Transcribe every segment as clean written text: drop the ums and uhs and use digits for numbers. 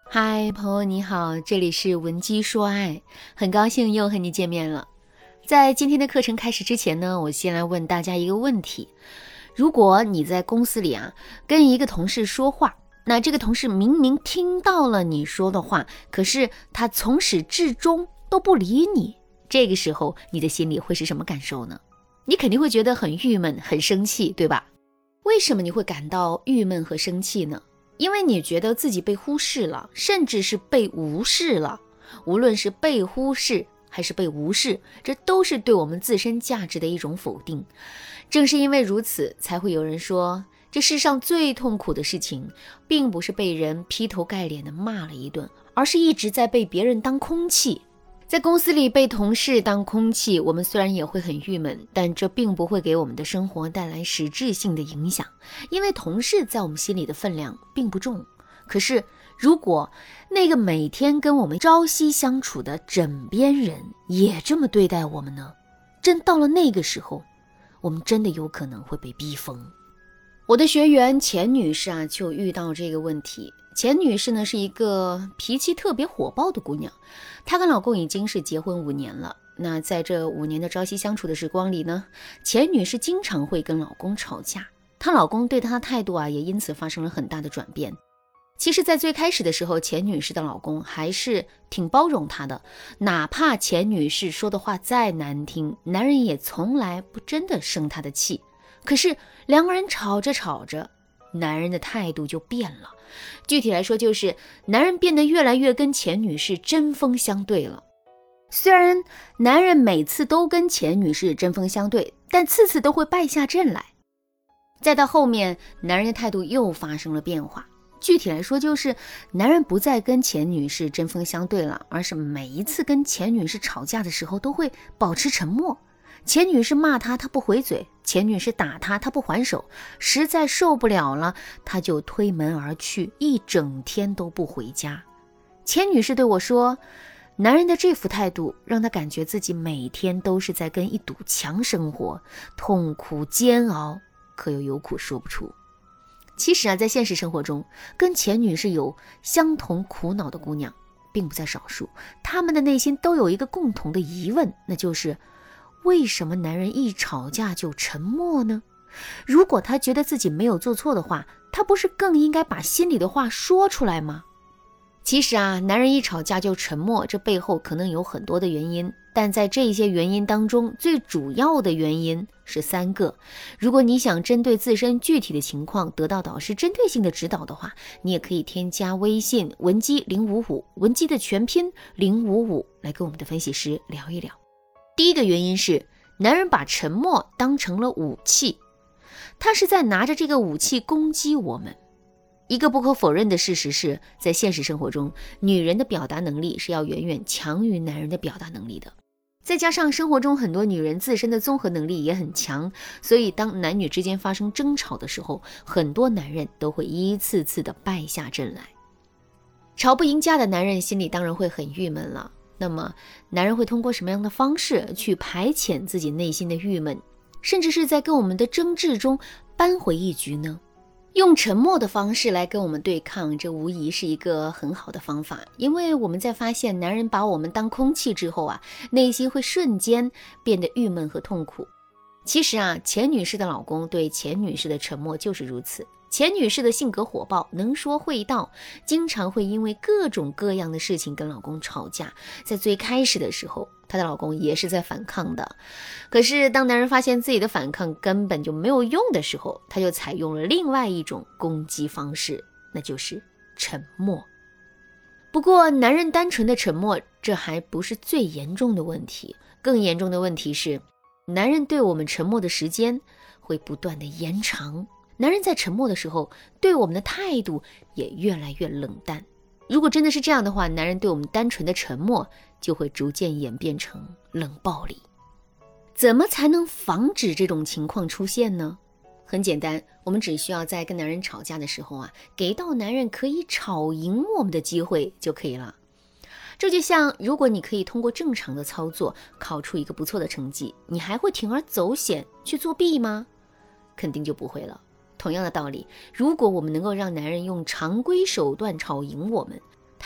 嗨，朋友你好，这里是文姬说爱，很高兴又和你见面了。在今天的课程开始之前呢，我先来问大家一个问题：如果你在公司里跟一个同事说话，那这个同事明明听到了你说的话，可是他从始至终都不理你，这个时候你的心里会是什么感受呢？你肯定会觉得很郁闷、很生气，对吧？为什么你会感到郁闷和生气呢？因为你觉得自己被忽视了，甚至是被无视了。无论是被忽视还是被无视，这都是对我们自身价值的一种否定。正是因为如此，才会有人说，这世上最痛苦的事情，并不是被人劈头盖脸的骂了一顿，而是一直在被别人当空气。在公司里被同事当空气，我们虽然也会很郁闷，但这并不会给我们的生活带来实质性的影响，因为同事在我们心里的分量并不重。可是如果那个每天跟我们朝夕相处的枕边人也这么对待我们呢？真到了那个时候，我们真的有可能会被逼疯。我的学员钱女士就遇到这个问题。钱女士呢是一个脾气特别火爆的姑娘，她跟老公已经是结婚5年了。那在这5年的朝夕相处的时光里呢，钱女士经常会跟老公吵架，她老公对她的态度也因此发生了很大的转变。其实在最开始的时候，钱女士的老公还是挺包容她的，哪怕钱女士说的话再难听，男人也从来不真的生她的气。可是两个人吵着吵着，男人的态度就变了。具体来说，就是男人变得越来越跟钱女士针锋相对了。虽然男人每次都跟钱女士针锋相对，但次次都会败下阵来。再到后面，男人的态度又发生了变化。具体来说，就是男人不再跟钱女士针锋相对了，而是每一次跟钱女士吵架的时候都会保持沉默。钱女士骂他，他不回嘴；钱女士打他，他不还手。实在受不了了，他就推门而去，一整天都不回家。钱女士对我说，男人的这副态度让她感觉自己每天都是在跟一堵墙生活，痛苦煎熬，可又有苦说不出。其实在现实生活中，跟钱女士有相同苦恼的姑娘并不在少数，她们的内心都有一个共同的疑问，那就是为什么男人一吵架就沉默呢？如果他觉得自己没有做错的话，他不是更应该把心里的话说出来吗？其实男人一吵架就沉默，这背后可能有很多的原因，但在这些原因当中，最主要的原因是3个。如果你想针对自身具体的情况得到导师针对性的指导的话，你也可以添加微信文姬055，文姬的全拼055，来跟我们的分析师聊一聊。第一个原因是，男人把沉默当成了武器，他是在拿着这个武器攻击我们。一个不可否认的事实是，在现实生活中，女人的表达能力是要远远强于男人的表达能力的。再加上生活中很多女人自身的综合能力也很强，所以当男女之间发生争吵的时候，很多男人都会一次次的败下阵来。吵不赢架的男人心里当然会很郁闷了。那么男人会通过什么样的方式去排遣自己内心的郁闷，甚至是在跟我们的争执中扳回一局呢？用沉默的方式来跟我们对抗，这无疑是一个很好的方法。因为我们在发现男人把我们当空气之后内心会瞬间变得郁闷和痛苦。其实钱女士的老公对钱女士的沉默就是如此。钱女士的性格火爆，能说会道，经常会因为各种各样的事情跟老公吵架。在最开始的时候，她的老公也是在反抗的。可是当男人发现自己的反抗根本就没有用的时候，他就采用了另外一种攻击方式，那就是沉默。不过男人单纯的沉默，这还不是最严重的问题。更严重的问题是，男人对我们沉默的时间会不断的延长。男人在沉默的时候，对我们的态度也越来越冷淡。如果真的是这样的话，男人对我们单纯的沉默就会逐渐演变成冷暴力。怎么才能防止这种情况出现呢？很简单，我们只需要在跟男人吵架的时候给到男人可以吵赢我们的机会就可以了。这就像如果你可以通过正常的操作考出一个不错的成绩，你还会铤而走险去作弊吗？肯定就不会了。同样的道理，如果我们能够让男人用常规手段吵赢我们，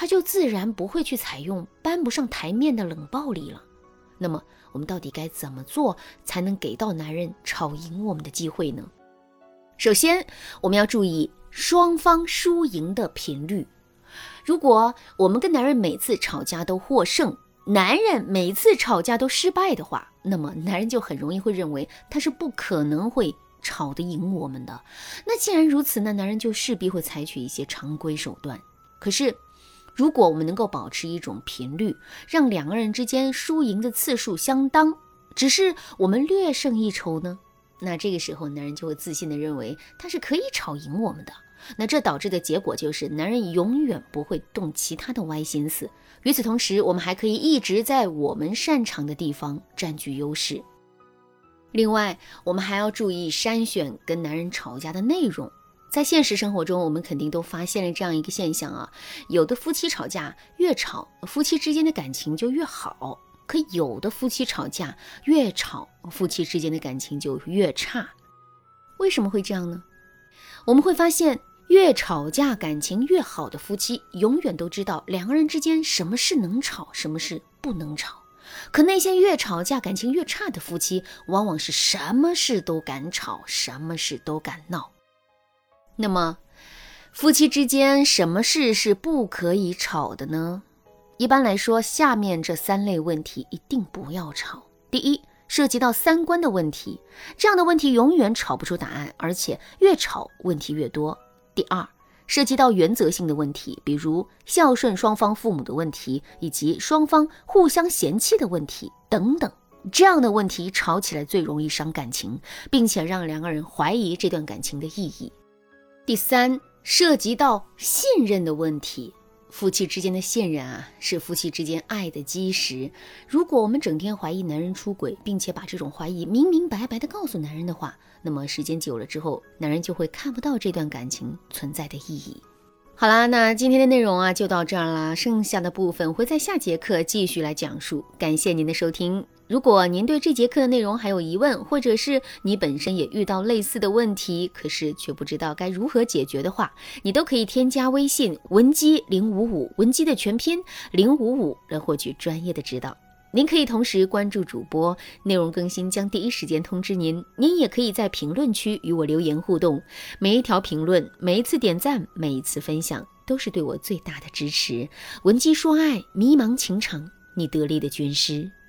他就自然不会去采用搬不上台面的冷暴力了。那么我们到底该怎么做才能给到男人吵赢我们的机会呢？首先，我们要注意双方输赢的频率。如果我们跟男人每次吵架都获胜，男人每次吵架都失败的话，那么男人就很容易会认为他是不可能会吵得赢我们的。那既然如此，那男人就势必会采取一些常规手段。可是如果我们能够保持一种频率，让两个人之间输赢的次数相当，只是我们略胜一筹呢，那这个时候男人就会自信地认为他是可以吵赢我们的。那这导致的结果就是男人永远不会动其他的歪心思。与此同时，我们还可以一直在我们擅长的地方占据优势。另外，我们还要注意筛选跟男人吵架的内容。在现实生活中，我们肯定都发现了这样一个现象啊，有的夫妻吵架越吵，夫妻之间的感情就越好，可有的夫妻吵架越吵，夫妻之间的感情就越差。为什么会这样呢？我们会发现越吵架感情越好的夫妻，永远都知道两个人之间什么事能吵，什么事不能吵。可那些越吵架感情越差的夫妻，往往是什么事都敢吵，什么事都敢闹。那么夫妻之间什么事是不可以吵的呢？一般来说，下面这3类问题一定不要吵。第一，涉及到三观的问题，这样的问题永远吵不出答案，而且越吵问题越多。第二，涉及到原则性的问题，比如孝顺双方父母的问题，以及双方互相嫌弃的问题等等，这样的问题吵起来最容易伤感情，并且让两个人怀疑这段感情的意义。第三，涉及到信任的问题。夫妻之间的信任啊，是夫妻之间爱的基石。如果我们整天怀疑男人出轨，并且把这种怀疑明明白白地告诉男人的话，那么时间久了之后，男人就会看不到这段感情存在的意义。好啦，那今天的内容啊就到这儿啦，剩下的部分会在下节课继续来讲述。感谢您的收听。如果您对这节课的内容还有疑问，或者是你本身也遇到类似的问题，可是却不知道该如何解决的话，你都可以添加微信文姬055，文姬的全拼055，来获取专业的指导。您可以同时关注主播，内容更新将第一时间通知您。您也可以在评论区与我留言互动，每一条评论，每一次点赞，每一次分享，都是对我最大的支持。文姬说爱，迷茫情场，你得力的军师。